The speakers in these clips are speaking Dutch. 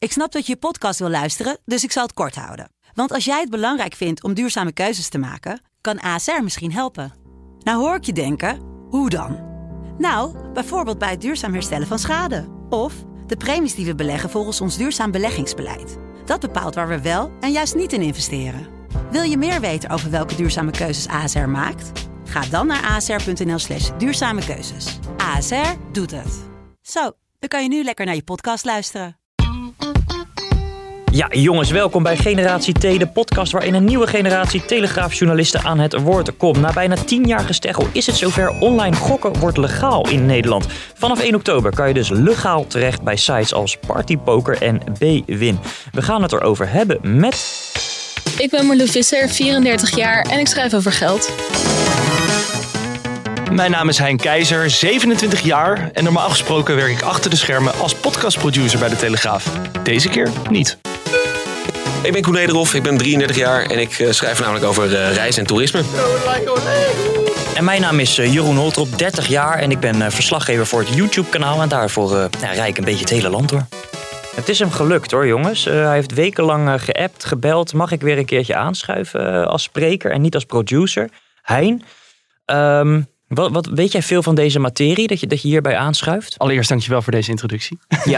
Ik snap dat je podcast wil luisteren, dus ik zal het kort houden. Want als jij het belangrijk vindt om duurzame keuzes te maken, kan ASR misschien helpen. Nou hoor ik je denken, hoe dan? Nou, bijvoorbeeld bij het duurzaam herstellen van schade. Of de premies die we beleggen volgens ons duurzaam beleggingsbeleid. Dat bepaalt waar we wel en juist niet in investeren. Wil je meer weten over welke duurzame keuzes ASR maakt? Ga dan naar asr.nl/duurzame keuzes. ASR doet het. Zo, dan kan je nu lekker naar je podcast luisteren. Ja, jongens, welkom bij Generatie T, de podcast waarin een nieuwe generatie telegraafjournalisten aan het woord komt. Na bijna 10 jaar gesteggel is het zover. Online gokken wordt legaal in Nederland. Vanaf 1 oktober kan je dus legaal terecht bij sites als Partypoker en Bwin. We gaan het erover hebben met... Ik ben Marlou Visser, 34 jaar en ik schrijf over geld. Mijn naam is Hein Keizer, 27 jaar en normaal gesproken werk ik achter de schermen als podcastproducer bij de Telegraaf. Deze keer niet. Ik ben Koen Nederhof, ik ben 33 jaar en ik schrijf namelijk over reis en toerisme. En mijn naam is Jeroen Holtrop, 30 jaar en ik ben verslaggever voor het YouTube-kanaal. En daarvoor rijd ik een beetje het hele land door. Het is hem gelukt hoor, jongens. Hij heeft wekenlang geappt, gebeld. Mag ik weer een keertje aanschuiven als spreker en niet als producer? Hein, wat weet jij veel van deze materie, dat je hierbij aanschuift? Allereerst dankjewel voor deze introductie.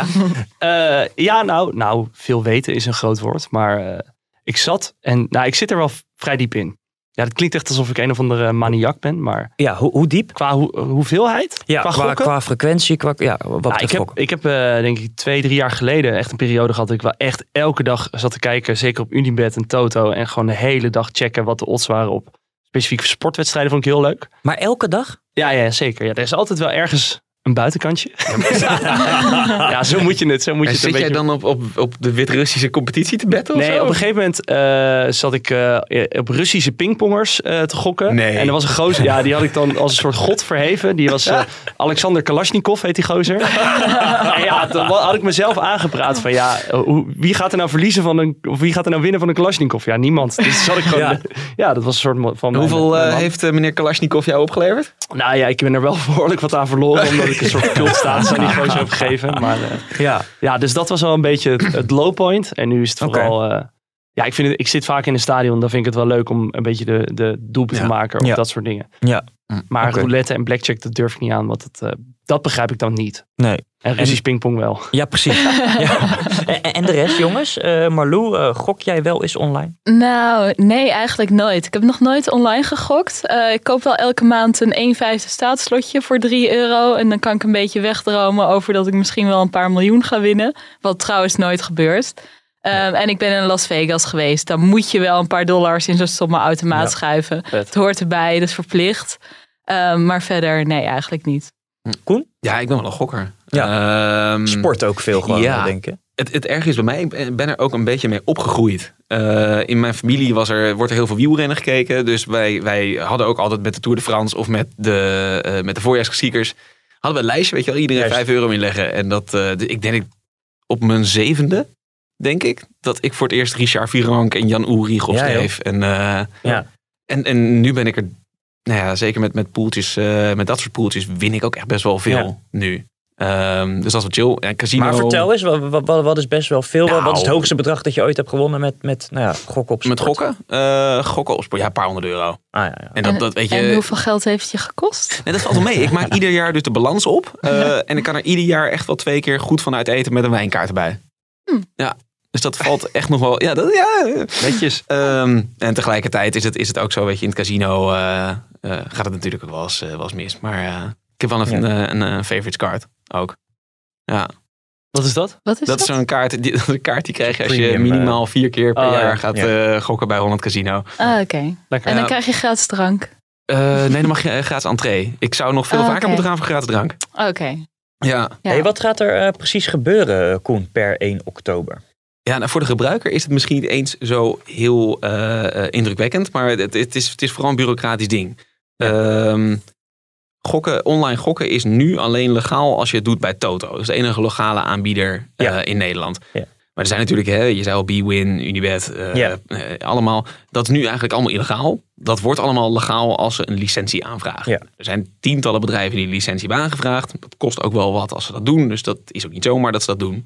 Ja. Nou, veel weten is een groot woord. Maar ik zit er wel vrij diep in. Ja, het klinkt echt alsof ik een of andere maniak ben. Maar Ja, hoe diep? qua hoeveelheid? Ja, qua frequentie, Ik heb denk ik 2-3 jaar geleden echt een periode gehad dat ik wel echt elke dag zat te kijken. Zeker op Unibet en Toto. En gewoon de hele dag checken wat de odds waren op specifieke sportwedstrijden. Vond ik heel leuk. Maar elke dag? Ja, zeker. Ja, er is altijd wel ergens een buitenkantje. Ja, zo moet je het. Zit jij dan op de Wit-Russische competitie te betten? Nee, op een gegeven moment zat ik op Russische pingpongers te gokken. Nee. En er was een gozer, ja, die had ik dan als een soort god verheven. Die was Alexander Kalashnikov, heet die gozer. En ja, dan had ik mezelf aangepraat van wie gaat er nou verliezen wie gaat er nou winnen van een Kalashnikov? Ja, niemand. Dus zat ik gewoon. Ja, dat was een soort van. Hoeveel heeft meneer Kalashnikov jou opgeleverd? Nou ja, ik ben er wel behoorlijk wat aan verloren, omdat ik een soort cultstatus aan die gozer heb gegeven. Maar ja, dus dat was wel een beetje het low point. En nu is het vooral... ik zit vaak in een stadion. Dan vind ik het wel leuk om een beetje de doelpunt te maken. Of dat soort dingen. Ja. Maar roulette en blackjack, dat durf ik niet aan. Want dat begrijp ik dan niet. Nee. En Russisch pingpong wel. Ja, precies. Ja. En de rest, jongens? Marlou, gok jij wel eens online? Nou, nee, eigenlijk nooit. Ik heb nog nooit online gegokt. Ik koop wel elke maand een 1/5 staatslotje voor €3. En dan kan ik een beetje wegdromen over dat ik misschien wel een paar miljoen ga winnen. Wat trouwens nooit gebeurt. En ik ben in Las Vegas geweest. Dan moet je wel een paar dollars in zo'n stomme automaat schuiven. Vet. Het hoort erbij, dat is verplicht. Maar verder, nee, eigenlijk niet. Koen? Ja, ik ben wel een gokker. Ja. Sport ook veel gewoon, denk ik. Het erg is bij mij, ik ben er ook een beetje mee opgegroeid. In mijn familie wordt er heel veel wielrennen gekeken. Dus wij hadden ook altijd met de Tour de France of met de voorjaarsklassiekers hadden we een lijstje, weet je wel, iedereen €5 inleggen. En ik denk op mijn 7e, denk ik, dat ik voor het eerst Richard Virenque en Jan Ulrich opschreef. En nu ben ik er, nou ja, zeker met poeltjes, met dat soort poeltjes win ik ook echt best wel veel nu. Dus dat is wat chill. En casino... Maar vertel eens, wat is best wel veel? Wat is het hoogste bedrag dat je ooit hebt gewonnen met gokken op sport? Met gokken? Gokken op sport, ja, een paar €100. En dat weet je. En hoeveel geld heeft het je gekost? Nee, dat valt wel mee. Ik maak ieder jaar dus de balans op. En ik kan er ieder jaar echt wel 2 keer goed van uit eten met een wijnkaart erbij. Ja. Dus dat valt echt nog wel... Ja, netjes. En tegelijkertijd is het ook zo, weet je, in het casino gaat het natuurlijk ook wel eens mis. Maar ik heb wel een favorites card ook. Ja. Wat is dat? Dat is zo'n kaart, die krijg je als je minimaal 4 keer per jaar gaat gokken bij Holland Casino. Oké. Lekker. En dan krijg je gratis drank? Nee, dan mag je gratis entree. Ik zou nog veel vaker moeten gaan voor gratis drank. Oké. Ja. Hey, wat gaat er precies gebeuren, Koen, per 1 oktober? Ja, nou, voor de gebruiker is het misschien niet eens zo heel indrukwekkend. Maar het is vooral een bureaucratisch ding. Online gokken is nu alleen legaal als je het doet bij Toto. Dat is de enige legale aanbieder in Nederland. Ja. Maar er zijn natuurlijk, je zei al Bwin, Unibet, allemaal. Dat is nu eigenlijk allemaal illegaal. Dat wordt allemaal legaal als ze een licentie aanvragen. Ja. Er zijn tientallen bedrijven die een licentie hebben aangevraagd. Dat kost ook wel wat als ze dat doen. Dus dat is ook niet zomaar dat ze dat doen.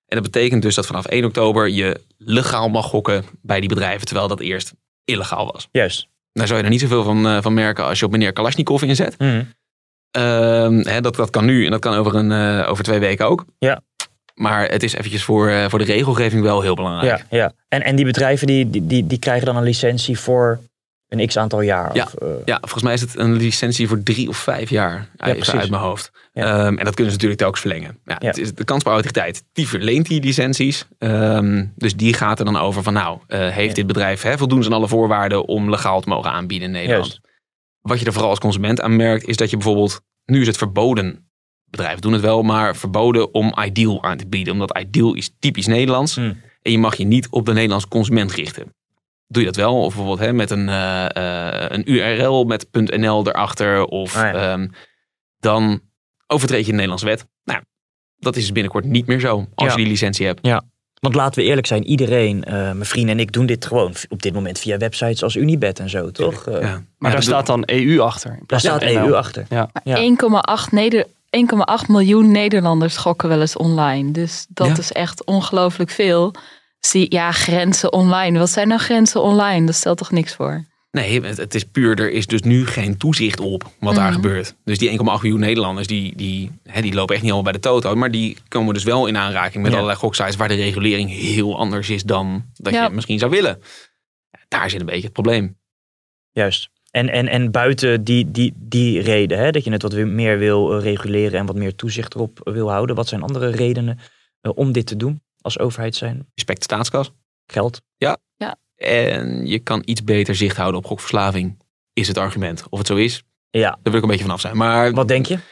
En dat betekent dus dat vanaf 1 oktober je legaal mag gokken bij die bedrijven. Terwijl dat eerst illegaal was. Juist. Daar zou je er niet zoveel van merken als je op meneer Kalashnikov inzet. Dat kan nu en dat kan over 2 weken ook. Ja. Maar het is eventjes voor de regelgeving wel heel belangrijk. Ja. En die bedrijven die krijgen dan een licentie voor een x-aantal jaar? Ja. Volgens mij is het een licentie voor 3 of 5 jaar uit mijn hoofd. Ja. En dat kunnen ze natuurlijk telkens verlengen. Ja. Het is de kansspelautoriteit, die verleent die licenties. Dus die gaat er dan over van heeft dit bedrijf voldoen ze aan alle voorwaarden om legaal te mogen aanbieden in Nederland. Juist. Wat je er vooral als consument aan merkt is dat je bijvoorbeeld, nu is het verboden, bedrijven doen het wel, maar verboden om Ideal aan te bieden. Omdat Ideal is typisch Nederlands en je mag je niet op de Nederlandse consument richten. Doe je dat wel? Of bijvoorbeeld met een URL met .nl erachter. Of dan overtreed je de Nederlandse wet. Nou, dat is dus binnenkort niet meer zo als je die licentie hebt. Ja. Want laten we eerlijk zijn, iedereen, mijn vrienden en ik doen dit gewoon op dit moment via websites als Unibet en zo, toch? Maar daar staat dan EU achter. Daar staat EU achter. Ja. 1,8 miljoen Nederlanders gokken wel eens online. Dus dat is echt ongelooflijk veel. Grenzen online. Wat zijn nou grenzen online? Dat stelt toch niks voor? Nee, het is puur, er is dus nu geen toezicht op wat daar gebeurt. Dus die 1,8 miljoen Nederlanders, die lopen echt niet allemaal bij de toto. Maar die komen dus wel in aanraking met allerlei goksites waar de regulering heel anders is dan dat je misschien zou willen. Daar zit een beetje het probleem. Juist. En buiten die reden, dat je het wat meer wil reguleren en wat meer toezicht erop wil houden. Wat zijn andere redenen om dit te doen als overheid zijn? Respect de staatskas. Geld. Ja. En je kan iets beter zicht houden op gokverslaving, is het argument. Of het zo is, daar wil ik een beetje vanaf zijn. Maar wat denk je?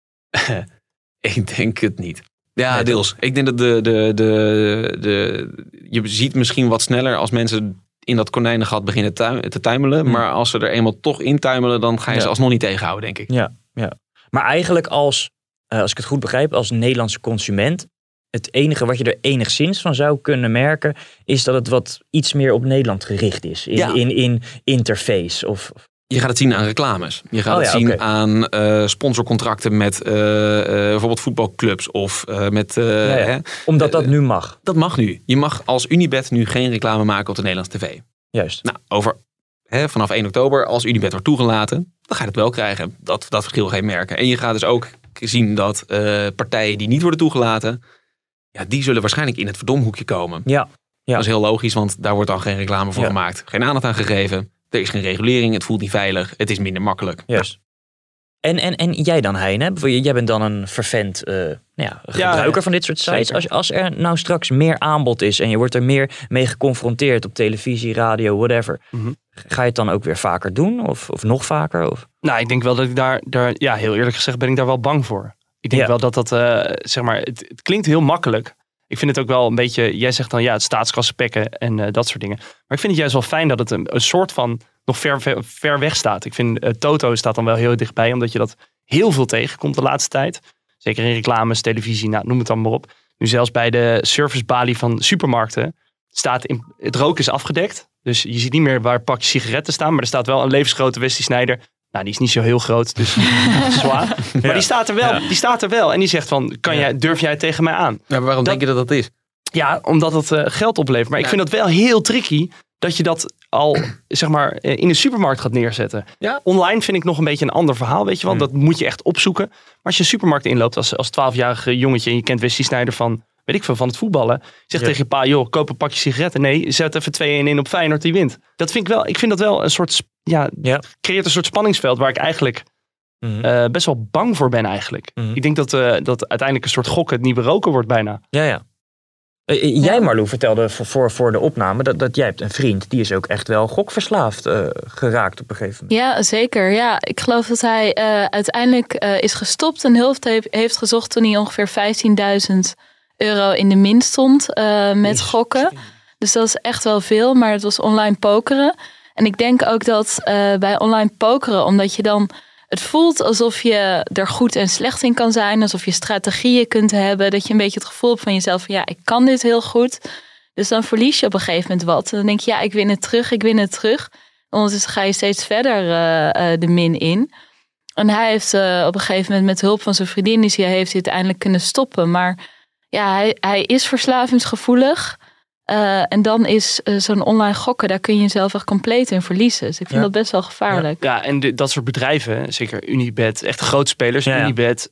Ik denk het niet. Ja, deels. Ik denk dat je ziet misschien wat sneller als mensen in dat konijnengat beginnen te tuimelen. Maar als ze er eenmaal toch in tuimelen, dan ga je ze alsnog niet tegenhouden, denk ik. Ja. Maar eigenlijk als ik het goed begrijp, als Nederlandse consument, het enige wat je er enigszins van zou kunnen merken, is dat het wat iets meer op Nederland gericht is. In interface. Je gaat het zien aan reclames. Je gaat het zien aan sponsorcontracten met bijvoorbeeld voetbalclubs. Of omdat dat nu mag. Dat mag nu. Je mag als Unibet nu geen reclame maken op de Nederlandse tv. Juist. Nou, vanaf 1 oktober, als Unibet wordt toegelaten, dan ga je het wel krijgen. Dat verschil ga je merken. En je gaat dus ook zien dat partijen die niet worden toegelaten, die zullen waarschijnlijk in het verdomhoekje komen. Ja. Dat is heel logisch, want daar wordt dan geen reclame voor gemaakt. Geen aandacht aan gegeven. Er is geen regulering, het voelt niet veilig, het is minder makkelijk. Juist. En jij dan, Hein? Jij bent dan een vervent gebruiker van dit soort sites. Als er nou straks meer aanbod is en je wordt er meer mee geconfronteerd op televisie, radio, whatever. Ga je het dan ook weer vaker doen? Of nog vaker? Of? Nou, ik denk wel dat ik daar heel eerlijk gezegd ben ik daar wel bang voor. Ik denk wel dat het klinkt heel makkelijk. Ik vind het ook wel een beetje, jij zegt dan het staatskassen pekken en dat soort dingen. Maar ik vind het juist wel fijn dat het een soort van nog ver weg staat. Ik vind Toto staat dan wel heel dichtbij, omdat je dat heel veel tegenkomt de laatste tijd. Zeker in reclames, televisie, noem het dan maar op. Nu zelfs bij de servicebalie van supermarkten staat het rook is afgedekt. Dus je ziet niet meer waar pakjes sigaretten staan, maar er staat wel een levensgrote Wesley Sneijder. Nou, die is niet zo heel groot, dus zwaar. Maar die staat er wel. En die zegt van, durf jij het tegen mij aan? Ja, maar waarom denk je dat is? Ja, omdat het geld oplevert. Maar ik vind dat wel heel tricky dat je dat al, in een supermarkt gaat neerzetten. Ja? Online vind ik nog een beetje een ander verhaal, weet je wel. Dat moet je echt opzoeken. Maar als je een supermarkt inloopt als 12-jarige jongetje en je kent Wesley Sneijder van, weet ik veel, van het voetballen. Zeg tegen je pa, joh, koop een pakje sigaretten. Nee, zet even 2-1 in op Feyenoord, die wint. Dat vind ik vind dat wel een soort, creëert een soort spanningsveld waar ik eigenlijk best wel bang voor ben eigenlijk. Ik denk dat uiteindelijk een soort gokken het nieuwe roken wordt bijna. Ja. Jij, Marlou, vertelde voor de opname dat jij hebt een vriend, die is ook echt wel gokverslaafd geraakt op een gegeven moment. Ja, zeker. Ja, ik geloof dat hij uiteindelijk is gestopt en hulp heeft gezocht toen hij ongeveer €15.000 in de min stond met gokken. Dus dat is echt wel veel, maar het was online pokeren. En ik denk ook dat bij online pokeren, omdat je dan, het voelt alsof je er goed en slecht in kan zijn. Alsof je strategieën kunt hebben. Dat je een beetje het gevoel hebt van jezelf van ik kan dit heel goed. Dus dan verlies je op een gegeven moment wat. En dan denk je ik win het terug. Ondertussen ga je steeds verder de min in. En hij heeft op een gegeven moment met hulp van zijn vriendin heeft hij uiteindelijk kunnen stoppen. Maar Ja, hij is verslavingsgevoelig. En dan is zo'n online gokken, daar kun je jezelf echt compleet in verliezen. Dus ik vind dat best wel gevaarlijk. Ja, en dat soort bedrijven, zeker Unibet, echt grote spelers. Ja. Unibet,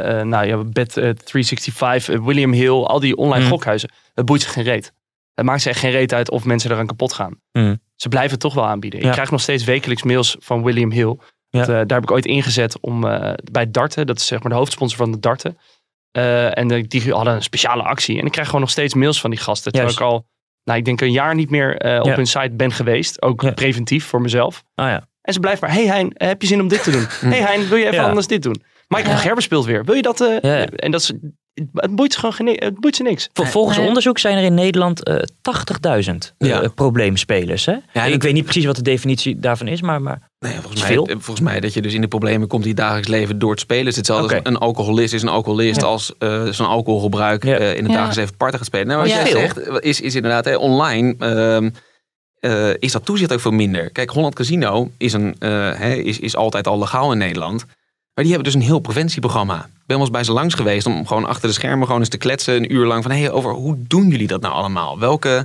Bet365, William Hill, al die online gokhuizen. Het boeit ze geen reet. Het maakt ze echt geen reet uit of mensen eraan kapot gaan. Ze blijven het toch wel aanbieden. Ik krijg nog steeds wekelijks mails van William Hill. Daar heb ik ooit ingezet om bij darten, dat is zeg maar de hoofdsponsor van de darten. En die hadden een speciale actie. En ik krijg gewoon nog steeds mails van die gasten. Terwijl ik al, ik denk een jaar niet meer op hun site ben geweest. Ook preventief voor mezelf. En ze blijven maar, hey Hein, heb je zin om dit te doen? Hey Hein, wil je even anders dit doen? Michael Gerber speelt weer. Wil je dat? En dat is... Het boeit ze gewoon het boeit ze niks. Volgens onderzoek zijn er in Nederland 80.000 probleemspelers. Hè? Ja, ik weet niet precies wat de definitie daarvan is, maar volgens mij dat je dus in de problemen komt in het dagelijks leven door het spelen. Het is hetzelfde als een alcoholist is een alcoholist als zo'n alcoholgebruik in het dagelijks leven parten gaat spelen. Nou, wat jij zegt is inderdaad online... is dat toezicht ook veel minder. Kijk, Holland Casino is altijd al legaal in Nederland. Maar die hebben dus een heel preventieprogramma. Ik ben wel eens bij ze langs geweest om gewoon achter de schermen gewoon eens te kletsen een uur lang van over hoe doen jullie dat nou allemaal?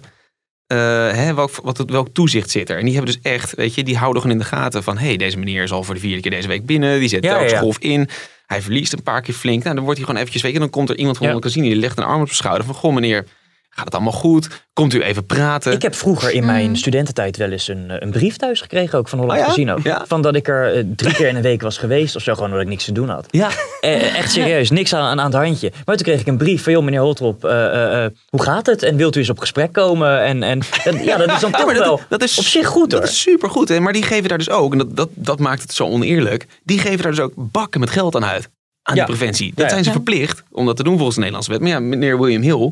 Welk toezicht zit er? En die hebben dus echt, die houden gewoon in de gaten van deze meneer is al voor de 4e keer deze week binnen. Die zet telkens golf in. Hij verliest een paar keer flink. Nou, dan wordt hij gewoon eventjes en dan komt er iemand van Holland Casino die legt een arm op zijn schouder van goh meneer, gaat het allemaal goed? Komt u even praten? Ik heb vroeger in mijn studententijd wel eens een brief thuis gekregen, ook van Holland Casino. Ja? Van dat ik er 3 keer in de week was geweest of zo, gewoon omdat ik niks te doen had. Ja. Echt serieus, niks aan het handje. Maar toen kreeg ik een brief van, joh meneer Holtrop, hoe gaat het? En wilt u eens op gesprek komen? En dat is dan toch wel dat is, op zich goed hoor. Dat is supergoed, hè? Maar die geven daar dus ook, en dat maakt het zo oneerlijk, die geven daar dus ook bakken met geld aan uit. Aan die preventie. Dat zijn ze verplicht om dat te doen volgens de Nederlandse wet. Maar meneer William Hill...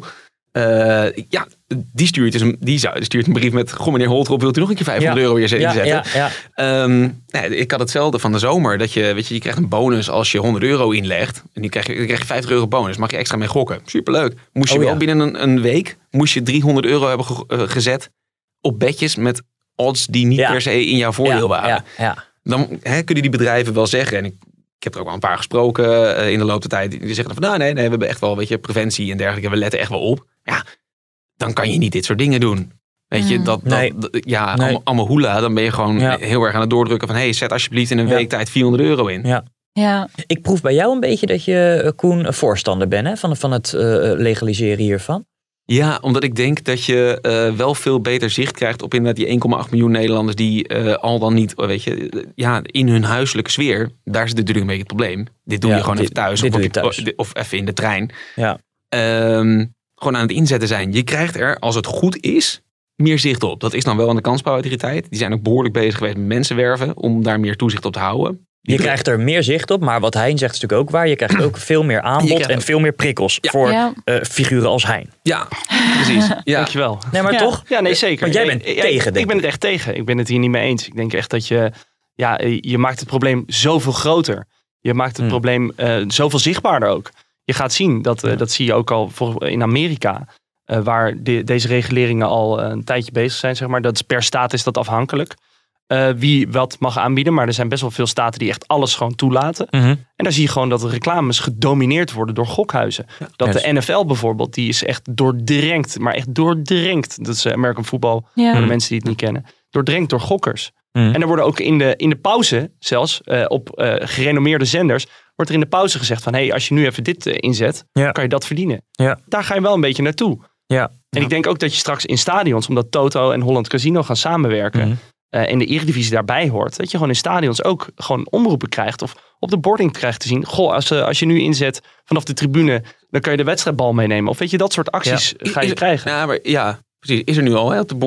die stuurt een brief met... Goh, meneer Holtrop, wilt u nog een keer €500 weer inzetten? Ik had hetzelfde van de zomer. Dat je krijgt een bonus als je €100 inlegt. En dan krijg je €50 bonus. Mag je extra mee gokken. Superleuk. Moest je wel binnen een week... moest je €300 hebben gezet op bedjes met odds die niet per se in jouw voordeel waren. Dan kunnen die bedrijven wel zeggen... En ik heb er ook wel een paar gesproken in de loop der tijd. Die zeggen van nee, we hebben echt wel preventie en dergelijke. We letten echt wel op. Ja, dan kan je niet dit soort dingen doen. Weet je, allemaal hoela. Dan ben je gewoon heel erg aan het doordrukken van... zet alsjeblieft in een week tijd €400 in. Ja. Ik proef bij jou een beetje dat je, Koen, voorstander bent van het legaliseren hiervan. Ja, omdat ik denk dat je wel veel beter zicht krijgt op inderdaad die 1,8 miljoen Nederlanders die al dan niet, in hun huiselijke sfeer, daar zit natuurlijk een beetje het probleem. Dit doe je gewoon even thuis of even in de trein. Ja. Gewoon aan het inzetten zijn. Je krijgt er, als het goed is, meer zicht op. Dat is dan wel aan de Kansspelautoriteit. Die zijn ook behoorlijk bezig geweest met mensen werven om daar meer toezicht op te houden. Je krijgt er meer zicht op, maar wat Hein zegt is natuurlijk ook waar. Je krijgt ook veel meer aanbod en veel meer prikkels voor figuren als Hein. Ja, precies. Ja. Dankjewel. Nee, maar toch? Ja, nee, zeker. Want jij bent tegen, Ik ben het echt tegen. Ik ben het hier niet mee eens. Ik denk echt dat je maakt het probleem zoveel groter. Je maakt het probleem zoveel zichtbaarder ook. Je gaat zien, dat zie je ook al in Amerika... waar deze reguleringen al een tijdje bezig zijn, zeg maar. Dat is per staat is dat afhankelijk. Wie wat mag aanbieden. Maar er zijn best wel veel staten die echt alles gewoon toelaten. En daar zie je gewoon dat de reclames gedomineerd worden door gokhuizen. Ja, de NFL bijvoorbeeld, die is echt doordrenkt. Maar echt doordrenkt. Dat is American football, voor de mensen die het niet kennen. Doordrenkt door gokkers. En er worden ook in de pauze, zelfs op gerenommeerde zenders... wordt er in de pauze gezegd van... als je nu even dit inzet, kan je dat verdienen. Ja. Daar ga je wel een beetje naartoe. Ja. En ik denk ook dat je straks in stadions... omdat Toto en Holland Casino gaan samenwerken... en de Eredivisie daarbij hoort... dat je gewoon in stadions ook gewoon omroepen krijgt... of op de boarding krijgt te zien... goh, als je nu inzet vanaf de tribune... dan kan je de wedstrijdbal meenemen. Of weet je, dat soort acties ga je krijgen. Ja, maar precies. Is er nu al. Hè? Op de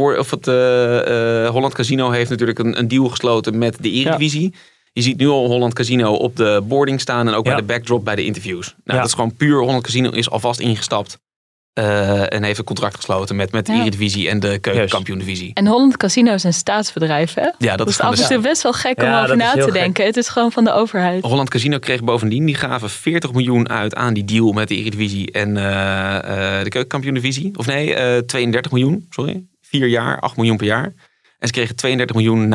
Holland Casino heeft natuurlijk een deal gesloten... met de Eredivisie. Ja. Je ziet nu al Holland Casino op de boarding staan... en ook bij de backdrop bij de interviews. Dat is gewoon puur... Holland Casino is alvast ingestapt... en heeft een contract gesloten met de Eredivisie en de Keukenkampioen-divisie. En Holland Casino is een staatsbedrijf, hè? Ja, dat is af en toe best wel gek om over na te denken. Het is gewoon van de overheid. Holland Casino kreeg bovendien, die gaven 40 miljoen uit aan die deal met de Eredivisie en de Keukenkampioen-divisie. 32 miljoen, 4 jaar, 8 miljoen per jaar. En ze kregen 32 miljoen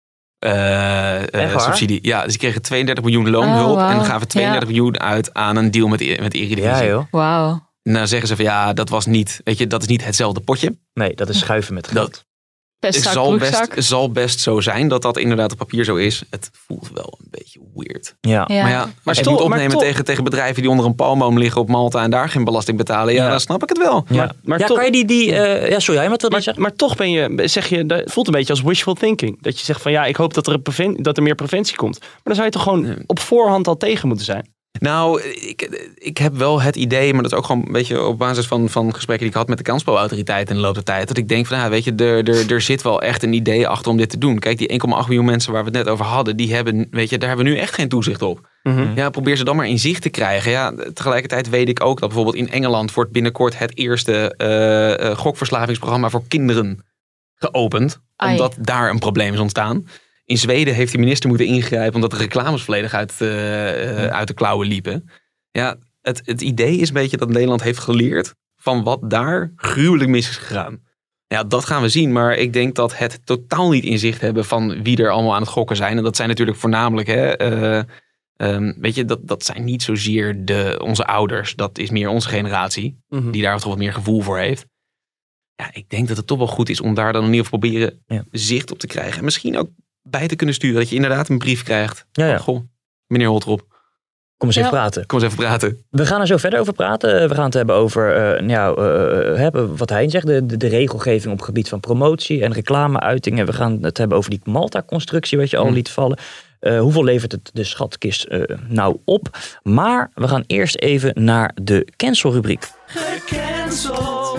subsidie. Ja, dus ze kregen 32 miljoen loonhulp en gaven 32 miljoen uit aan een deal met de Eredivisie. Ja, joh. Wauw. Nou zeggen ze van ja, dat was niet, weet je, dat is niet hetzelfde potje. Nee, dat is schuiven met geld. Dat Pestzak, zal best zo zijn dat inderdaad op papier zo is. Het voelt wel een beetje weird. Ja. Ja. Maar ja, als je het moet opnemen tegen bedrijven die onder een palmboom liggen op Malta en daar geen belasting betalen. Ja, dan snap ik het wel. Maar toch, kan je sorry, wat wil je zeggen? Maar toch het voelt een beetje als wishful thinking. Dat je zegt van ja, ik hoop dat er meer preventie komt. Maar dan zou je toch gewoon op voorhand al tegen moeten zijn. Nou, ik heb wel het idee, maar dat is ook gewoon een beetje op basis van gesprekken die ik had met de kansspelautoriteit in de loop der tijd. Dat ik denk van, weet je, er zit wel echt een idee achter om dit te doen. Kijk, die 1,8 miljoen mensen waar we het net over hadden, die hebben, weet je, daar hebben we nu echt geen toezicht op. Mm-hmm. Ja, probeer ze dan maar in zicht te krijgen. Ja, tegelijkertijd weet ik ook dat bijvoorbeeld in Engeland wordt binnenkort het eerste gokverslavingsprogramma voor kinderen geopend. Omdat daar een probleem is ontstaan. In Zweden heeft de minister moeten ingrijpen omdat de reclames volledig uit de klauwen liepen. Ja, het idee is een beetje dat Nederland heeft geleerd van wat daar gruwelijk mis is gegaan. Ja, dat gaan we zien. Maar ik denk dat het totaal niet in zicht hebben van wie er allemaal aan het gokken zijn. En dat zijn natuurlijk voornamelijk, weet je, dat zijn niet zozeer onze ouders. Dat is meer onze generatie, die daar toch wat meer gevoel voor heeft. Ja, ik denk dat het toch wel goed is om daar dan in ieder geval proberen zicht op te krijgen. En misschien ook bij te kunnen sturen. Dat je inderdaad een brief krijgt. Ja. Goh, meneer Holtrop. Kom eens even praten. Kom eens even praten. We gaan er zo verder over praten. We gaan het hebben over wat hij zegt. De regelgeving op het gebied van promotie en reclameuitingen. We gaan het hebben over die Malta-constructie wat je al liet vallen. Hoeveel levert het de schatkist nou op? Maar we gaan eerst even naar de cancel-rubriek. Gecanceld.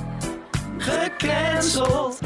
Gecanceld.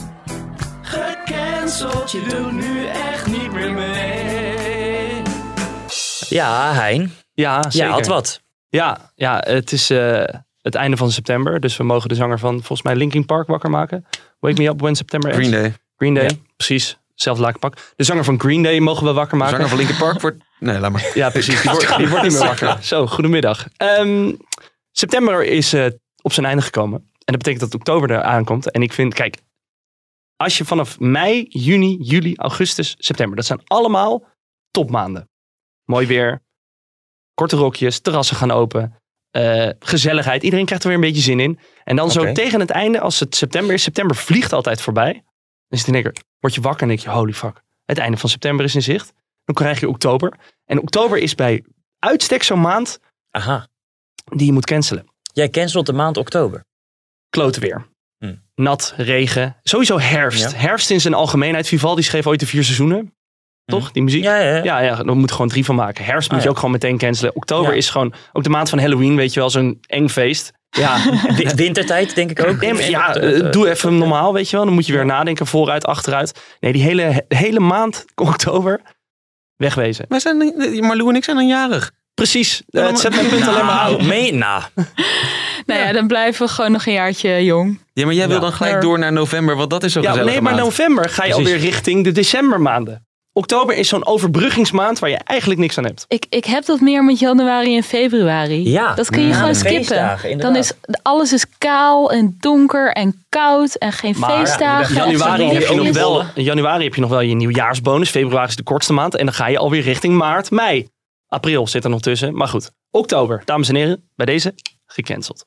Gecanceld. Je doet nu echt niet meer mee. Ja, Hein. Ja, zeker. Ja, had wat. Ja, het is het einde van september. Dus we mogen de zanger van volgens mij Linkin Park wakker maken. Wake Me Up When September Ends. Green Day, precies. Zelfde lakenpak. De zanger van Green Day mogen we wakker maken. De zanger van Linkin Park wordt... Nee, laat maar. Ja, precies. Die wordt niet meer wakker. Zo, goedemiddag. September is op zijn einde gekomen. En dat betekent dat oktober er aankomt. En ik vind, kijk, als je vanaf mei, juni, juli, augustus, september. Dat zijn allemaal topmaanden. Mooi weer. Korte rokjes, terrassen gaan open. Gezelligheid. Iedereen krijgt er weer een beetje zin in. En dan zo tegen het einde, als het september is. September vliegt altijd voorbij. Dan is het in één keer, word je wakker en denk je, holy fuck. Het einde van september is in zicht. Dan krijg je oktober. En oktober is bij uitstek zo'n maand die je moet cancelen. Jij cancelt de maand oktober. Klote weer. Nat, regen. Sowieso herfst. Ja. Herfst in zijn algemeenheid. Vivaldi schreef ooit de 4 seizoenen. Toch? Die muziek? Ja. Daar moet je gewoon 3 van maken. Herfst moet je ook gewoon meteen cancelen. Oktober is gewoon ook de maand van Halloween. Weet je wel, zo'n eng feest. Ja. Wintertijd denk ik ook. Doe even normaal, weet je wel. Dan moet je weer nadenken, vooruit, achteruit. Nee, die hele maand oktober wegwezen. Marlou en ik zijn dan jarig. Precies. Het zet mijn punt alleen maar aan. Nou ja, dan blijven we gewoon nog een jaartje jong. Ja, maar jij wil dan gelijk door naar november, want dat is zo gezellig. Nee, maar november ga je alweer richting de decembermaanden. Oktober is zo'n overbruggingsmaand waar je eigenlijk niks aan hebt. Ik heb dat meer met januari en februari. Ja, dat kun je gewoon skippen. Dan is alles kaal en donker en koud en geen feestdagen. Januari heb je nog wel je nieuwjaarsbonus. Februari is de kortste maand. En dan ga je alweer richting maart, mei. April zit er nog tussen. Maar goed, oktober, dames en heren, bij deze gecanceld.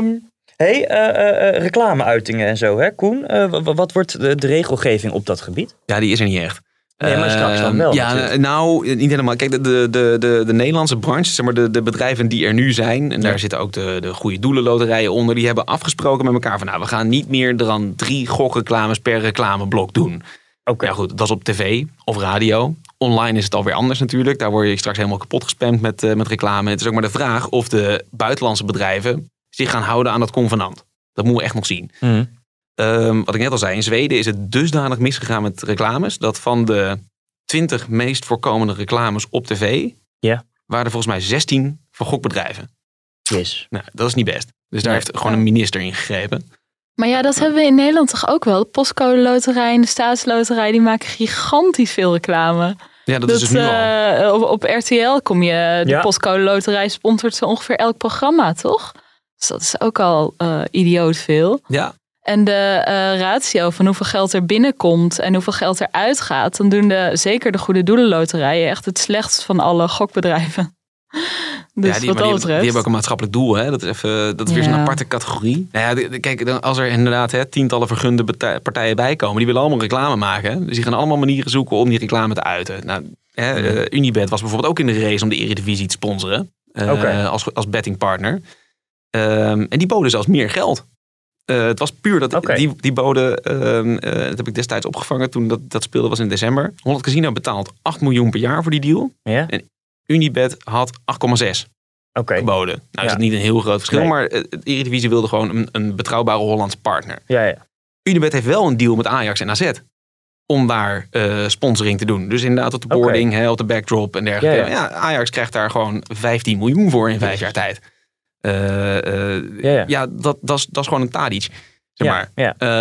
Reclameuitingen en zo, hè Koen? Wat wordt de regelgeving op dat gebied? Ja, die is er niet echt. Nee, maar straks dan wel. Niet helemaal. Kijk, de Nederlandse branche, zeg maar de bedrijven die er nu zijn, en daar zitten ook de goede doelenloterijen onder, die hebben afgesproken met elkaar van, we gaan niet meer dan 3 gokreclames per reclameblok doen. Ja goed, dat is op tv of radio. Online is het alweer anders natuurlijk. Daar word je straks helemaal kapot gespamd met reclame. Het is ook maar de vraag of de buitenlandse bedrijven zich gaan houden aan dat convenant. Dat moeten we echt nog zien. Wat ik net al zei, in Zweden is het dusdanig misgegaan met reclames, dat van de 20 meest voorkomende reclames op tv, waren er volgens mij 16 voor gokbedrijven. Yes. Nou, dat is niet best. Dus daar heeft gewoon een minister in gegrepen. Maar ja, dat hebben we in Nederland toch ook wel. De postcode loterij en de staatsloterij, die maken gigantisch veel reclame. Ja, dat is dus nu al. Op RTL kom je, de postcode loterij sponsort zo ongeveer elk programma, toch? Dus dat is ook al idioot veel. Ja. En de ratio van hoeveel geld er binnenkomt en hoeveel geld er uitgaat, dan doen zeker de goede doelenloterijen echt het slechtst van alle gokbedrijven. Dus wat dat betreft. Die hebben ook een maatschappelijk doel. Hè? Dat is weer zo'n aparte categorie. Nou ja, kijk, als er inderdaad tientallen vergunde partijen bij komen, die willen allemaal reclame maken. Dus die gaan allemaal manieren zoeken om die reclame te uiten. Nou, Unibet was bijvoorbeeld ook in de race om de Eredivisie te sponsoren. Als bettingpartner. En die boden zelfs meer geld. Het was puur dat die boden, dat heb ik destijds opgevangen toen dat speelde was in december. Holland Casino betaalt 8 miljoen per jaar voor die deal. Ja? En Unibet had 8,6 geboden. Nou is het niet een heel groot verschil, maar de Eredivisie wilde gewoon een betrouwbare Hollandse partner. Ja. Unibet heeft wel een deal met Ajax en AZ om daar sponsoring te doen. Dus inderdaad op de boarding, op de backdrop en dergelijke. Ja, Ajax krijgt daar gewoon 15 miljoen voor in 5 jaar tijd. Dat is gewoon een Tadic. Zeg maar.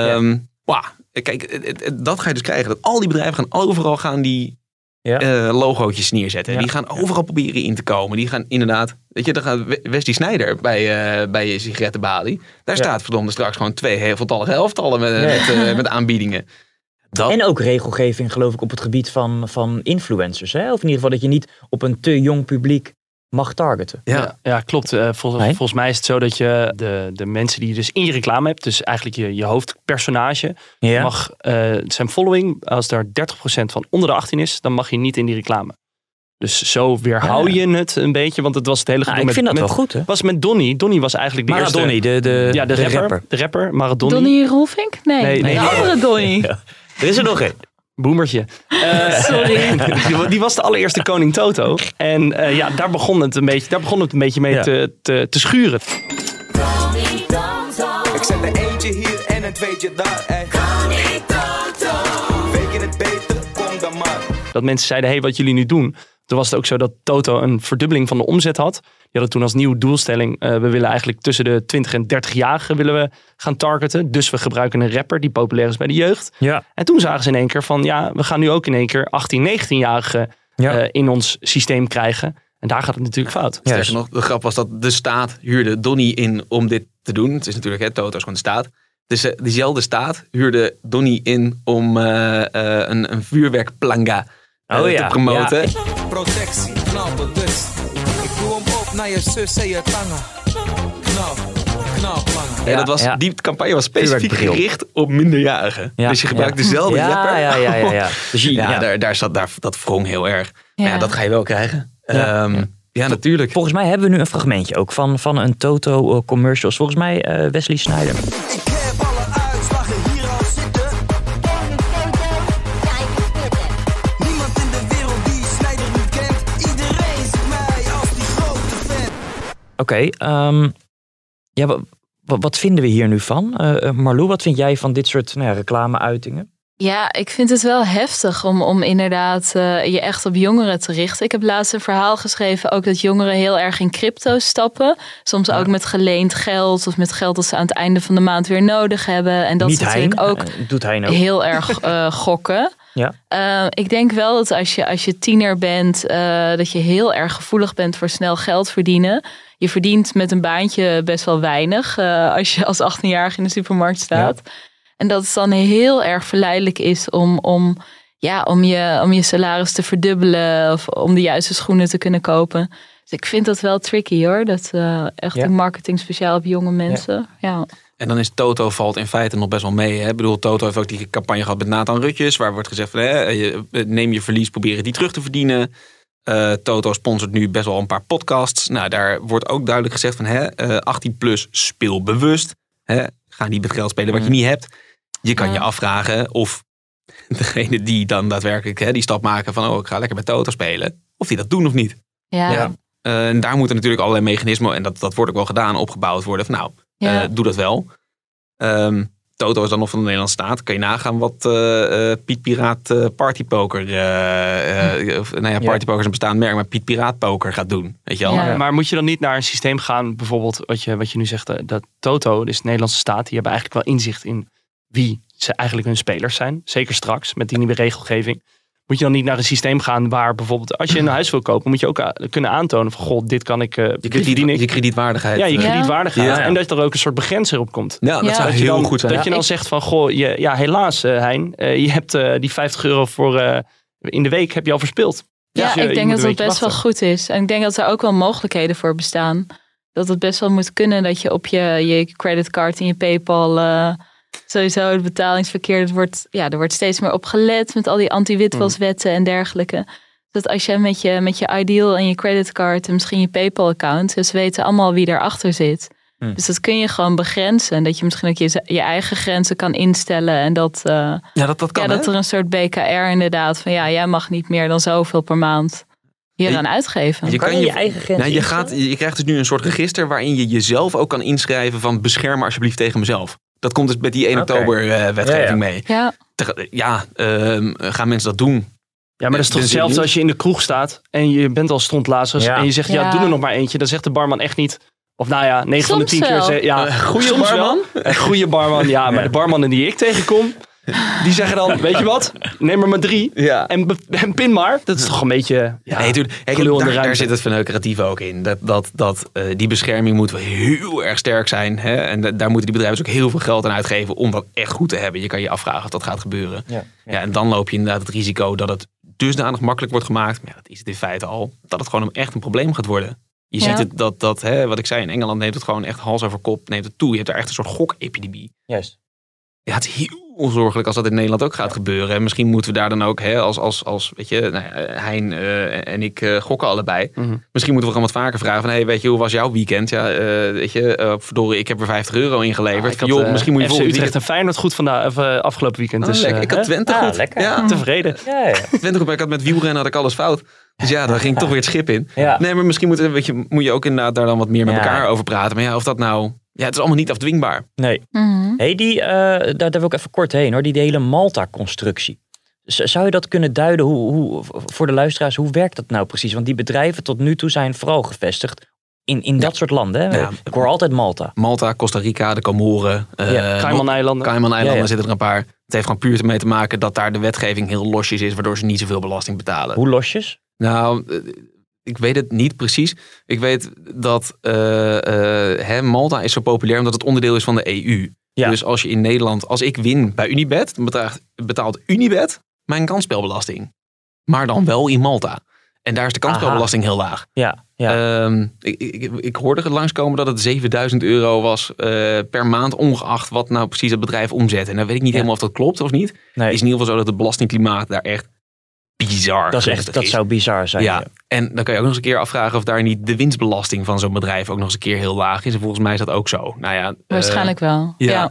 Kijk, dat ga je dus krijgen. Dat al die bedrijven gaan overal logootjes neerzetten. Ja. Die gaan overal proberen in te komen. Die gaan inderdaad... Weet je, dan gaat Wesley Sneijder bij je sigarettenbalie. Daar staat verdomd straks gewoon 2 heel voltallige elftallen met aanbiedingen. En ook regelgeving, geloof ik, op het gebied van influencers. Hè? Of in ieder geval dat je niet op een te jong publiek mag targeten. Ja, klopt. Volgens mij is het zo dat je de mensen die je dus in je reclame hebt, dus eigenlijk je hoofdpersonage, mag zijn following, als daar 30% van onder de 18 is, dan mag je niet in die reclame. Dus zo weerhou je het een beetje, want het was het hele gedoe ik vind dat wel goed, hè? Was met Donny. Donny was eigenlijk de Maradoni, eerste... de rapper. De rapper, Maradoni. Donny Roelvink? Nee, de andere Donny. Ja. Er is er nog één. Boemertje. Sorry. Die was de allereerste koning Toto. En daar begon het een beetje mee te schuren. Ik zet er eentje hier en het weet je daar. Koning Toto. Weet je het beter? Kom dan maar. Dat mensen zeiden, hey, wat jullie nu doen. Toen was het ook zo dat Toto een verdubbeling van de omzet had. Die hadden toen als nieuwe doelstelling, we willen eigenlijk tussen de 20 en 30-jarigen willen we gaan targeten. Dus we gebruiken een rapper die populair is bij de jeugd. Ja. En toen zagen ze in één keer van, we gaan nu ook in één keer 18, 19-jarigen in ons systeem krijgen. En daar gaat het natuurlijk fout. Sterker nog, de grap was dat de staat huurde Donny in om dit te doen. Het is natuurlijk, Toto is gewoon de staat. Dus diezelfde staat huurde Donny in om een vuurwerkplanga te promoten. Ja. Protectie, knappen dus. Ik doe hem op naar je zus en je tangen. Knap, man. Ja, die campagne was specifiek gericht op minderjarigen. Ja. Dus je gebruikt dezelfde rapper. Ja. Dus daar zat dat wrong heel erg. Ja. Maar dat ga je wel krijgen. Ja, natuurlijk. Volgens mij hebben we nu een fragmentje ook van een Toto commercials. Volgens mij Wesley Sneijder. Oké, wat vinden we hier nu van? Marlou, wat vind jij van dit soort reclame-uitingen? Ja, ik vind het wel heftig om inderdaad je echt op jongeren te richten. Ik heb laatst een verhaal geschreven ook dat jongeren heel erg in crypto stappen. Soms ook met geleend geld of met geld dat ze aan het einde van de maand weer nodig hebben. En dat is natuurlijk ook heel erg gokken. Ja. Ik denk wel dat als je tiener bent, dat je heel erg gevoelig bent voor snel geld verdienen. Je verdient met een baantje best wel weinig als je als 18-jarige in de supermarkt staat. Ja. En dat het dan heel erg verleidelijk is om je salaris te verdubbelen of om de juiste schoenen te kunnen kopen. Dus ik vind dat wel tricky hoor. Dat echt die marketing speciaal op jonge mensen. Ja. En dan is Toto valt in feite nog best wel mee. Hè? Ik bedoel, Toto heeft ook die campagne gehad met Nathan Rutjes. Waar wordt gezegd van neem je verlies, probeer die terug te verdienen. Toto sponsort nu best wel een paar podcasts. Nou, daar wordt ook duidelijk gezegd van 18 plus speel bewust. Ga niet met geld spelen wat je niet hebt. Je kan je afvragen of degene die dan daadwerkelijk die stap maken van ik ga lekker met Toto spelen. Of die dat doen of niet. Ja. En daar moeten natuurlijk allerlei mechanismen, en dat wordt ook wel gedaan, opgebouwd worden. Van doe dat wel. Toto is dan nog van de Nederlandse staat. Kan je nagaan wat Piet Piraat Partypoker... Partypoker is een bestaand merk, maar Piet Piraat Poker gaat doen. Weet je wel? Ja. Maar moet je dan niet naar een systeem gaan, bijvoorbeeld wat je nu zegt, dat Toto, dus de Nederlandse staat, die hebben eigenlijk wel inzicht in wie ze eigenlijk hun spelers zijn. Zeker straks, met die nieuwe regelgeving. Moet je dan niet naar een systeem gaan waar bijvoorbeeld, als je een huis wil kopen, moet je ook kunnen aantonen van, dit kan ik... Je kredietwaardigheid. Ja, je kredietwaardigheid. Ja. En dat er ook een soort begrenzer op komt. Ja, dat zou heel goed zijn. Dat je dan zegt van, helaas Hein, je hebt die €50 voor in de week heb je al verspild. Ja, Dus ik denk dat het het best wel goed is. En ik denk dat er ook wel mogelijkheden voor bestaan. Dat het best wel moet kunnen dat je op je creditcard en je PayPal sowieso het betalingsverkeer, er wordt steeds meer op gelet met al die anti-witwaswetten en dergelijke. Dat als jij met je Ideal en je creditcard en misschien je PayPal-account, dus ze weten allemaal wie daarachter zit. Dus dat kun je gewoon begrenzen. Dat je misschien ook je eigen grenzen kan instellen. En dat, dat kan, dat er een soort BKR inderdaad van jij mag niet meer dan zoveel per maand hieraan uitgeven. Je kan je eigen grenzen je krijgt dus nu een soort register waarin je jezelf ook kan inschrijven van bescherm alsjeblieft tegen mezelf. Dat komt dus met die 1 oktober wetgeving mee. Ja. Gaan mensen dat doen? Ja, maar dat is toch hetzelfde als je in de kroeg staat en je bent al stondlazers en je zegt, doe er nog maar eentje. Dan zegt de barman echt niet, of 9 van de 10 keer zegt, goede barman. Een goede barman, maar de barmannen die ik tegenkom, die zeggen dan, weet je wat, neem er maar 3 en pin maar. Dat is toch een beetje daar zit het verneukeratief ook in. Dat die bescherming moet wel heel erg sterk zijn. Hè? En daar moeten die bedrijven dus ook heel veel geld aan uitgeven om dat echt goed te hebben. Je kan je afvragen of dat gaat gebeuren. Ja, en dan loop je inderdaad het risico dat het dusdanig makkelijk wordt gemaakt. Maar dat is het in feite al. Dat het gewoon echt een probleem gaat worden. Je ziet het wat ik zei, in Engeland neemt het gewoon echt hals over kop neemt het toe. Je hebt daar echt een soort gokepidemie. Juist. Ja, het is heel onzorgelijk als dat in Nederland ook gaat gebeuren. En misschien moeten we daar dan ook, als weet je, Hein en ik gokken allebei. Mm-hmm. Misschien moeten we gewoon wat vaker vragen van, weet je, hoe was jouw weekend? Ja, weet je, verdorie, ik heb er €50 ingeleverd. Misschien moet je FC Utrecht en Feyenoord goed afgelopen weekend. Dus, ik had Twente goed. Lekker. Ja, tevreden. Ja. Twente goed, maar ik had met wielrennen had ik alles fout. Dus daar ging toch weer het schip in. Ja. Nee, maar misschien moet je ook inderdaad daar dan wat meer met elkaar over praten. Maar of dat nou... Ja, het is allemaal niet afdwingbaar. Nee. Mm-hmm. Daar wil ik even kort heen hoor. Die hele Malta-constructie. Zou je dat kunnen duiden hoe, voor de luisteraars, hoe werkt dat nou precies? Want die bedrijven tot nu toe zijn vooral gevestigd in dat soort landen. Hè? Ja. Ik hoor altijd Malta. Malta, Costa Rica, de Comoren. Cayman-eilanden zitten er een paar. Het heeft gewoon puur ermee te maken dat daar de wetgeving heel losjes is, waardoor ze niet zoveel belasting betalen. Hoe losjes? Nou... Ik weet het niet precies. Ik weet dat Malta is zo populair omdat het onderdeel is van de EU. Ja. Dus als je in Nederland, als ik win bij Unibet, dan betaalt Unibet mijn kansspelbelasting. Maar dan wel in Malta. En daar is de kansspelbelasting heel laag. Ja. Ik hoorde langskomen dat het €7.000 was per maand, ongeacht wat nou precies het bedrijf omzet. En dan weet ik niet helemaal of dat klopt of niet. Nee. Het is in ieder geval zo dat het belastingklimaat daar echt bizar. Dat zou bizar zijn. Ja. En dan kan je ook nog eens een keer afvragen of daar niet de winstbelasting van zo'n bedrijf ook nog eens een keer heel laag is. En volgens mij is dat ook zo. Nou ja, waarschijnlijk wel. Ja.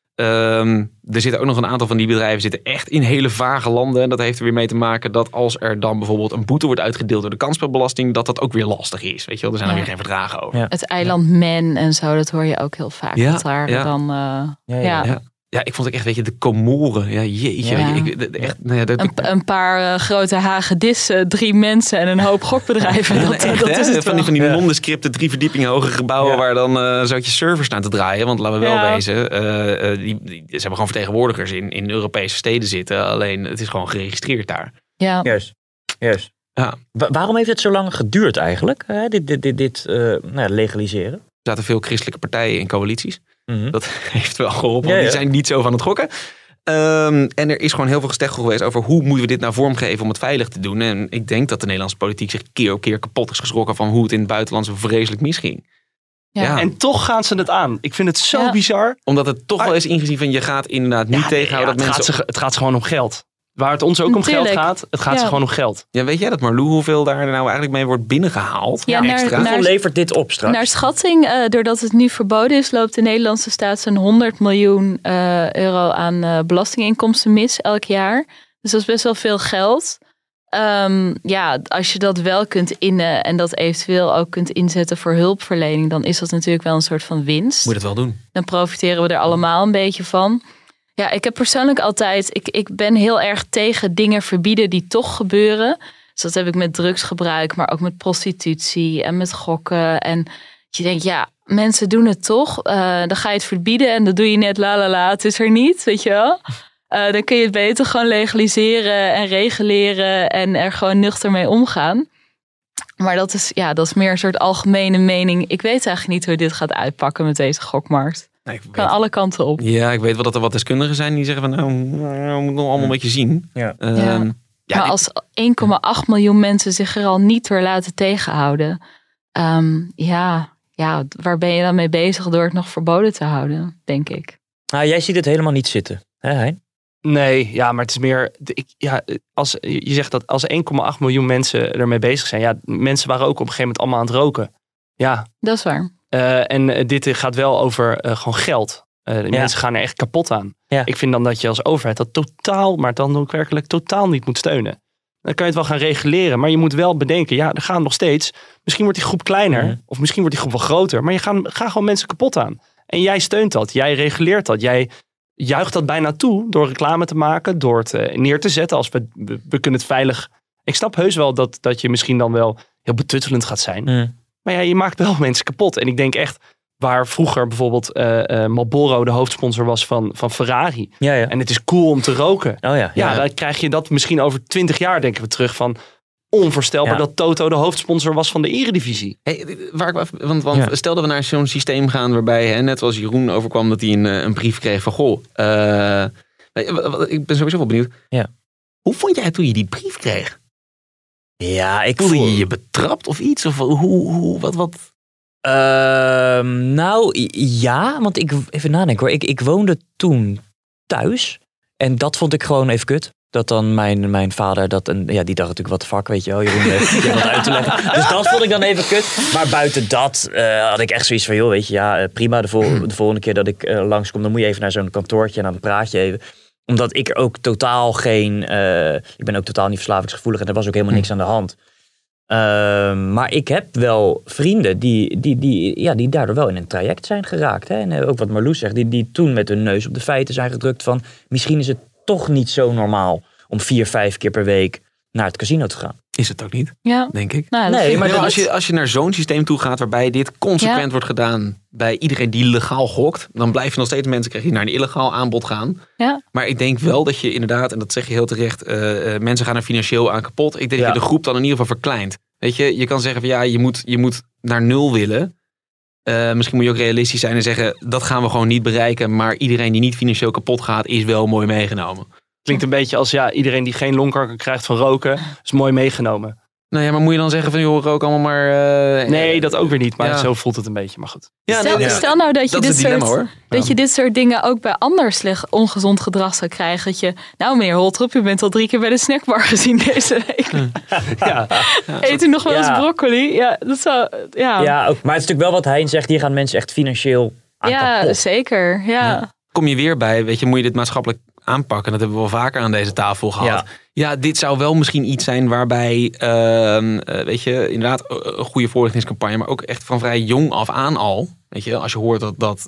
Er zitten ook nog een aantal van die bedrijven zitten echt in hele vage landen. En dat heeft er weer mee te maken dat als er dan bijvoorbeeld een boete wordt uitgedeeld door de kansspelbelasting, dat ook weer lastig is. Weet je wel, er zijn er weer geen verdragen over. Ja. Het eiland Man en zo, dat hoor je ook heel vaak. Dat daar dan... Ja, ik vond het echt, weet je, de Comoren. Ja, jeetje. Ja. Een paar grote hagedissen, 3 mensen en een hoop gokbedrijven. Dat is het van die nondescripte 3 verdiepingen hoge gebouwen waar dan zoutje servers staan te draaien. Want laten we wel wezen, ze hebben gewoon vertegenwoordigers in Europese steden zitten. Alleen het is gewoon geregistreerd daar. Ja. Juist. Ja. Waarom heeft het zo lang geduurd eigenlijk, dit legaliseren? Er zaten veel christelijke partijen in coalities. Mm-hmm. Dat heeft wel geholpen, want die zijn niet zo van het gokken. En er is gewoon heel veel gesteggel geweest over hoe moeten we dit nou vormgeven om het veilig te doen. En ik denk dat de Nederlandse politiek zich keer op keer kapot is geschrokken van hoe het in het buitenland zo vreselijk misging. Ja. En toch gaan ze het aan. Ik vind het zo bizar. Omdat het toch wel is ingezien van je gaat inderdaad niet tegenhouden dat mensen... Het gaat gewoon om geld. Waar het ons ook om geld gaat, het gaat ze gewoon om geld. Ja, weet jij dat, Marlou, hoeveel daar nou eigenlijk mee wordt binnengehaald? Ja, hoeveel levert dit op straks? Naar schatting, doordat het nu verboden is, loopt de Nederlandse staat zo'n €100 miljoen aan belastinginkomsten mis elk jaar. Dus dat is best wel veel geld. Als je dat wel kunt innen en dat eventueel ook kunt inzetten voor hulpverlening, dan is dat natuurlijk wel een soort van winst. Moet je het wel doen. Dan profiteren we er allemaal een beetje van. Ja, ik heb persoonlijk altijd... Ik ben heel erg tegen dingen verbieden die toch gebeuren. Dus dat heb ik met drugsgebruik, maar ook met prostitutie en met gokken. En je denkt, mensen doen het toch. Dan ga je het verbieden en dan doe je net het is er niet, weet je wel. Dan kun je het beter gewoon legaliseren en reguleren en er gewoon nuchter mee omgaan. Maar dat is meer een soort algemene mening. Ik weet eigenlijk niet hoe dit gaat uitpakken met deze gokmarkt. Nee, kan alle kanten op. Ja, ik weet wel dat er wat deskundigen zijn die zeggen van we moeten nog allemaal een beetje zien. Ja. Ja, Maar als 1,8 miljoen mensen zich er al niet door laten tegenhouden. Waar ben je dan mee bezig door het nog verboden te houden, denk ik. Nou, jij ziet het helemaal niet zitten, hè Hein? Nee, ja, maar het is meer... Als je zegt dat als 1,8 miljoen mensen ermee bezig zijn... Ja, mensen waren ook op een gegeven moment allemaal aan het roken. Ja. Dat is waar. En dit gaat wel over gewoon geld. Mensen gaan er echt kapot aan. Ja. Ik vind dan dat je als overheid dat totaal... maar dan ook werkelijk totaal niet moet steunen. Dan kan je het wel gaan reguleren. Maar je moet wel bedenken, er gaan nog steeds... Misschien wordt die groep kleiner. Of misschien wordt die groep wel groter. Maar je gaat gewoon mensen kapot aan. En jij steunt dat. Jij reguleert dat. Jij juicht dat bijna toe door reclame te maken. Door het neer te zetten. Als we kunnen het veilig... Ik snap heus wel dat je misschien dan wel heel betuttelend gaat zijn. Maar ja, je maakt wel mensen kapot. En ik denk echt... Waar vroeger bijvoorbeeld Marlboro de hoofdsponsor was van Ferrari. Ja. En het is cool om te roken. Ja, dan krijg je dat misschien over 20 jaar denken we terug van... Onvoorstelbaar dat Toto de hoofdsponsor was van de Eredivisie. Hey, want stel dat we naar zo'n systeem gaan waarbij, net zoals Jeroen overkwam, dat hij een brief kreeg van goh. Ik ben sowieso wel benieuwd. Ja. Hoe vond jij toen je die brief kreeg? Ja, voelde je je betrapt of iets? Of wat? Nou, ja, want even nadenken hoor. Ik woonde toen thuis en dat vond ik gewoon even kut. Dat dan mijn vader, die dacht natuurlijk wat de fuck, weet je wel. Jeroen heeft wat uit te leggen. Dus dat vond ik dan even kut. Maar buiten dat had ik echt zoiets van, joh, weet je, prima. De volgende keer dat ik langskom, dan moet je even naar zo'n kantoortje en dan praat je even. Omdat ik ook totaal ik ben ook totaal niet verslavingsgevoelig en er was ook helemaal niks aan de hand. Maar ik heb wel vrienden die daardoor wel in een traject zijn geraakt. Hè? En ook wat Marloes zegt, die toen met hun neus op de feiten zijn gedrukt van... misschien is het toch niet zo normaal om 4-5 keer per week naar het casino te gaan. Is het ook niet, denk ik. Nou, nee, maar als je naar zo'n systeem toe gaat waarbij dit consequent wordt gedaan bij iedereen die legaal gokt, dan blijf je nog steeds mensen krijgen die naar een illegaal aanbod gaan. Ja. Maar ik denk wel dat je inderdaad, en dat zeg je heel terecht, mensen gaan er financieel aan kapot. Ik denk dat je de groep dan in ieder geval verkleint. Weet je kan zeggen van je moet naar 0 willen. Misschien moet je ook realistisch zijn en zeggen, dat gaan we gewoon niet bereiken. Maar iedereen die niet financieel kapot gaat, is wel mooi meegenomen. Klinkt een beetje als iedereen die geen longkanker krijgt van roken, is mooi meegenomen. Nou ja, maar moet je dan zeggen van joh, rook allemaal maar... Nee, dat ook weer niet. Maar zo voelt het een beetje, maar goed. Ja, stel nou dat je dit soort dingen ook bij anders ongezond gedrag zou krijgen. Dat je, nou meneer Holtrop, u bent al 3 keer bij de snackbar gezien deze week. Eet u nog wel eens broccoli? Ja, dat zou... Ja, ook, maar het is natuurlijk wel wat Hein zegt. Hier gaan mensen echt financieel aan kapot. Ja, zeker. Ja. Kom je weer bij, weet je, moet je dit maatschappelijk aanpakken. Dat hebben we wel vaker aan deze tafel gehad. Ja, dit zou wel misschien iets zijn waarbij, weet je, inderdaad een goede voorlichtingscampagne, maar ook echt van vrij jong af aan al. Weet je, als je hoort dat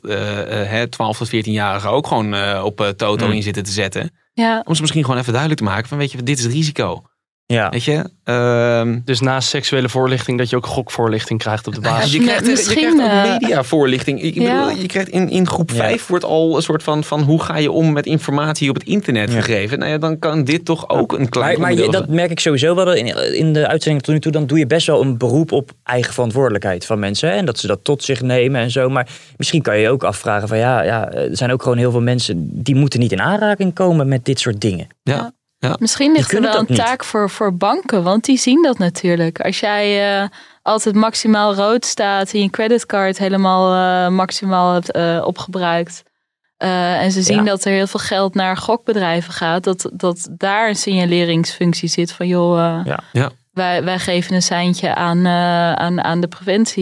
12 tot 14-jarigen ook gewoon op Toto in zitten te zetten. Ja. Om ze misschien gewoon even duidelijk te maken van, weet je, dit is het risico. Ja. Weet je? Dus naast seksuele voorlichting dat je ook gokvoorlichting krijgt op de basis. Je krijgt ook mediavoorlichting. Ik bedoel, je krijgt in groep 5 wordt al een soort van hoe ga je om met informatie op het internet gegeven. Nou ja, dan kan dit toch ook een klein maar dat merk ik sowieso wel in de uitzending tot nu toe. Dan doe je best wel een beroep op eigen verantwoordelijkheid van mensen. Hè? En dat ze dat tot zich nemen en zo. Maar misschien kan je je ook afvragen van er zijn ook gewoon heel veel mensen die moeten niet in aanraking komen met dit soort dingen. Ja. Ja. Misschien ligt er wel een taak voor banken, want die zien dat natuurlijk. Als jij altijd maximaal rood staat en je creditcard helemaal maximaal hebt opgebruikt. En ze zien dat er heel veel geld naar gokbedrijven gaat. Dat daar een signaleringsfunctie zit van joh, wij geven een seintje aan de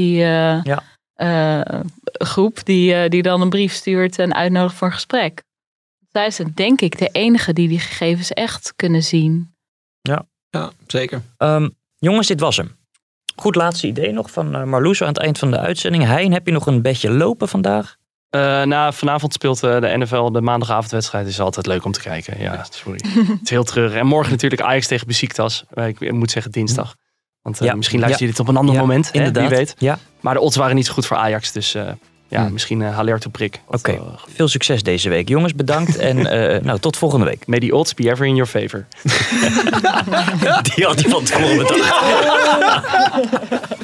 preventiegroep die dan een brief stuurt en uitnodigt voor een gesprek. Zij zijn denk ik de enige die gegevens echt kunnen zien. Ja zeker. Jongens, dit was hem. Goed laatste idee nog van Marloes aan het eind van de uitzending. Hein, heb je nog een bedje lopen vandaag? Vanavond speelt de NFL de maandagavondwedstrijd. Is altijd leuk om te kijken. Ja, sorry. Het is heel treurig. En morgen natuurlijk Ajax tegen Besiktas. Ik moet zeggen dinsdag. Want misschien luister je dit op een ander moment. Inderdaad. Wie weet. Ja. Maar de odds waren niet zo goed voor Ajax. Dus... misschien Haller prik. Oké. Veel succes deze week. Jongens, bedankt. En tot volgende week. May the odds be ever in your favor. Die had hij van tevoren bedacht.